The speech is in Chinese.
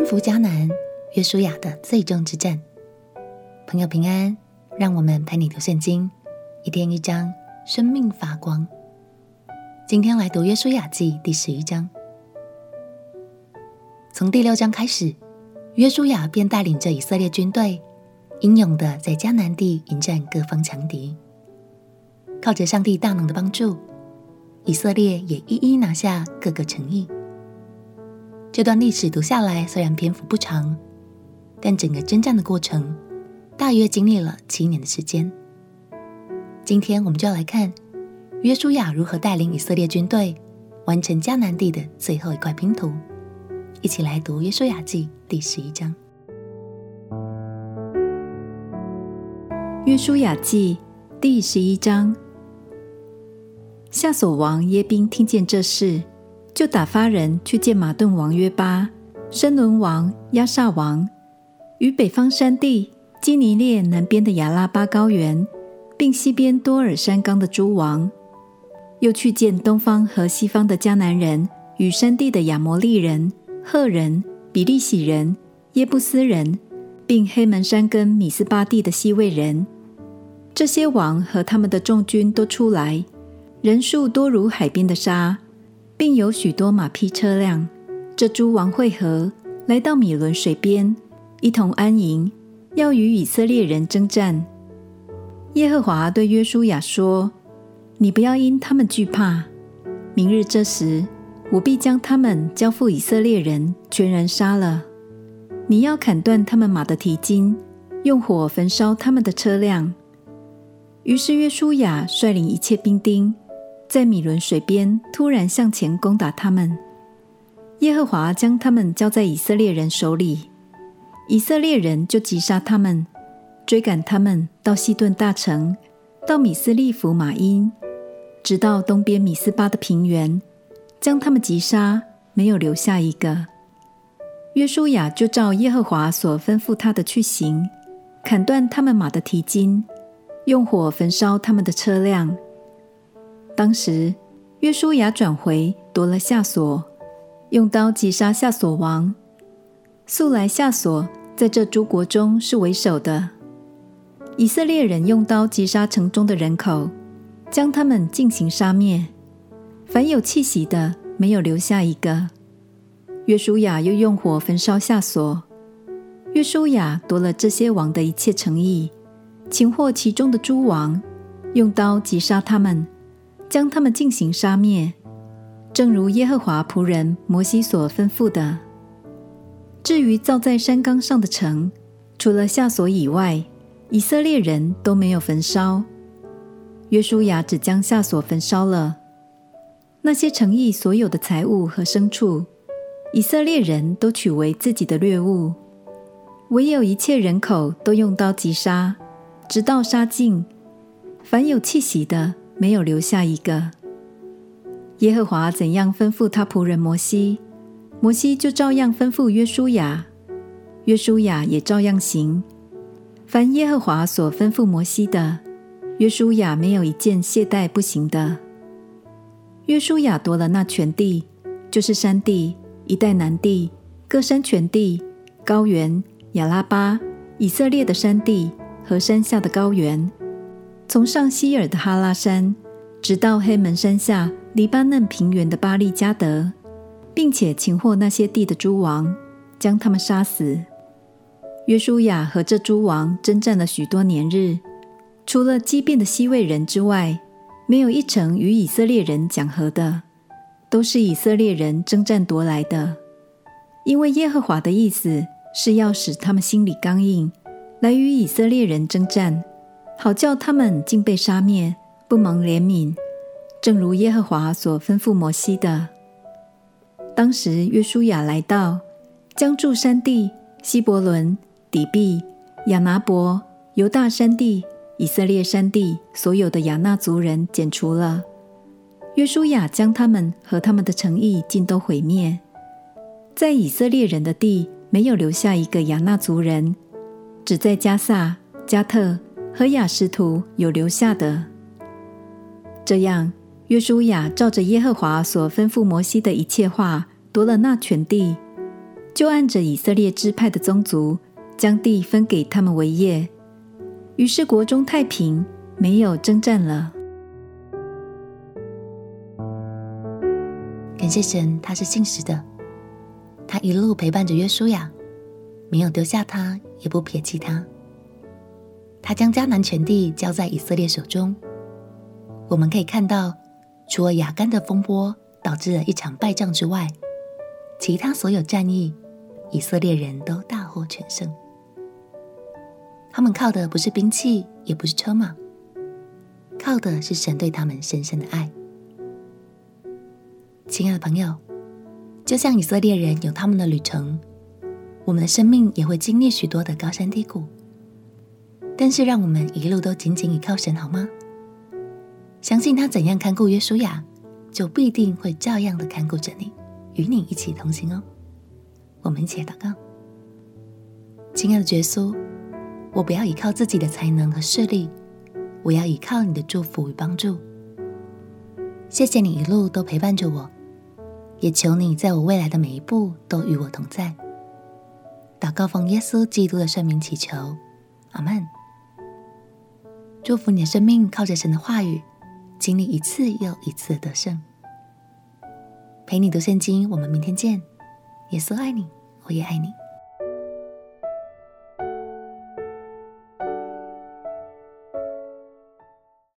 征服迦南，约书亚的最终之战。朋友平安，让我们陪你读圣经，一天一章，生命发光。今天来读约书亚记第11章。从第6章开始，约书亚便带领着以色列军队，英勇地在迦南地迎战各方强敌。靠着上帝大能的帮助，以色列也一一拿下各个城邑。这段历史读下来虽然篇幅不长，但整个征战的过程大约经历了7年的时间。今天我们就要来看约书亚如何带领以色列军队完成迦南地的最后一块拼图。一起来读约书亚记第11章。 约书亚记第11章。夏所王耶宾听见这事，就打发人去见马顿王约巴、申伦王亚萨王，与北方山地基尼列南边的亚拉巴高原，并西边多尔山冈的诸王，又去见东方和西方的迦南人与山地的亚摩利人、赫人、比利洗人、耶布斯人，并黑门山跟米斯巴地的西魏人。这些王和他们的众军都出来，人数多如海边的沙，并有许多马匹车辆。这诸王会合，来到米伦水边，一同安营，要与以色列人征战。耶和华对约书亚说：你不要因他们惧怕，明日这时，我必将他们交付以色列人，全然杀了。你要砍断他们马的蹄筋，用火焚烧他们的车辆。于是约书亚率领一切兵丁，在米伦水边突然向前攻打他们。耶和华将他们交在以色列人手里，以色列人就击杀他们，追赶他们到西顿大城，到米斯利弗马因，直到东边米斯巴的平原，将他们击杀，没有留下一个。约书亚就照耶和华所吩咐他的去行，砍断他们马的蹄筋，用火焚烧他们的车辆。当时约书亚转回，夺了夏所，用刀击杀夏所王。素来夏所在这诸国中是为首的。以色列人用刀击杀城中的人口，将他们尽行杀灭，凡有气息的没有留下一个。约书亚又用火焚烧夏所。约书亚夺了这些王的一切城邑，擒获其中的诸王，用刀击杀他们，将他们尽行杀灭，正如耶和华仆人摩西所吩咐的。至于造在山冈上的城，除了夏所以外，以色列人都没有焚烧。约书亚只将夏所焚烧了。那些城邑所有的财物和牲畜，以色列人都取为自己的掠物，唯有一切人口都用刀击杀，直到杀尽，凡有气息的没有留下一个。耶和华怎样吩咐他仆人摩西，摩西就照样吩咐约书亚，约书亚也照样行。凡耶和华所吩咐摩西的，约书亚没有一件懈怠不行的。约书亚夺了那全地，就是山地、一带南地、各山全地、高原、亚拉巴、以色列的山地和山下的高原，从上希尔的哈拉山，直到黑门山下黎巴嫩平原的巴利加德，并且擒获那些地的诸王，将他们杀死。约书亚和这诸王征战了许多年日，除了激变的西魏人之外，没有一城与以色列人讲和的，都是以色列人征战夺来的。因为耶和华的意思是要使他们心里刚硬，来与以色列人征战，好叫他们尽被杀灭，不蒙怜悯，正如耶和华所吩咐摩西的。当时约书亚来到，将住山地、希伯伦、底比、亚拿伯、犹大山地、以色列山地所有的亚衲族人剪除了。约书亚将他们和他们的城邑尽都毁灭，在以色列人的地没有留下一个亚衲族人，只在加萨、加特和亚实图有留下的。这样，约书亚照着耶和华所吩咐摩西的一切话，夺了那全地， 就按着以色列支派的宗族，将地分给他们为业。于是国中太平，没有征战了。 感谢神，他是信实的，他一路陪伴着约书亚，没有丢下他，也不撇弃他。他将迦南全地交在以色列手中。我们可以看到，除了亚干的风波导致了一场败仗之外，其他所有战役，以色列人都大获全胜。他们靠的不是兵器，也不是车马，靠的是神对他们深深的爱。亲爱的朋友，就像以色列人有他们的旅程，我们的生命也会经历许多的高山低谷，但是让我们一路都紧紧倚靠神，好吗？相信他怎样看顾约书亚，就必定会照样的看顾着你，与你一起同行哦。我们一起来祷告。亲爱的耶稣，我不要依靠自己的才能和势力，我要依靠你的祝福与帮助。谢谢你一路都陪伴着我，也求你在我未来的每一步都与我同在。祷告奉耶稣基督的圣名祈求，阿们。祝福你的生命靠着神的话语，经历一次又一次的得胜。陪你读圣经，我们明天见。耶稣爱你，我也爱你。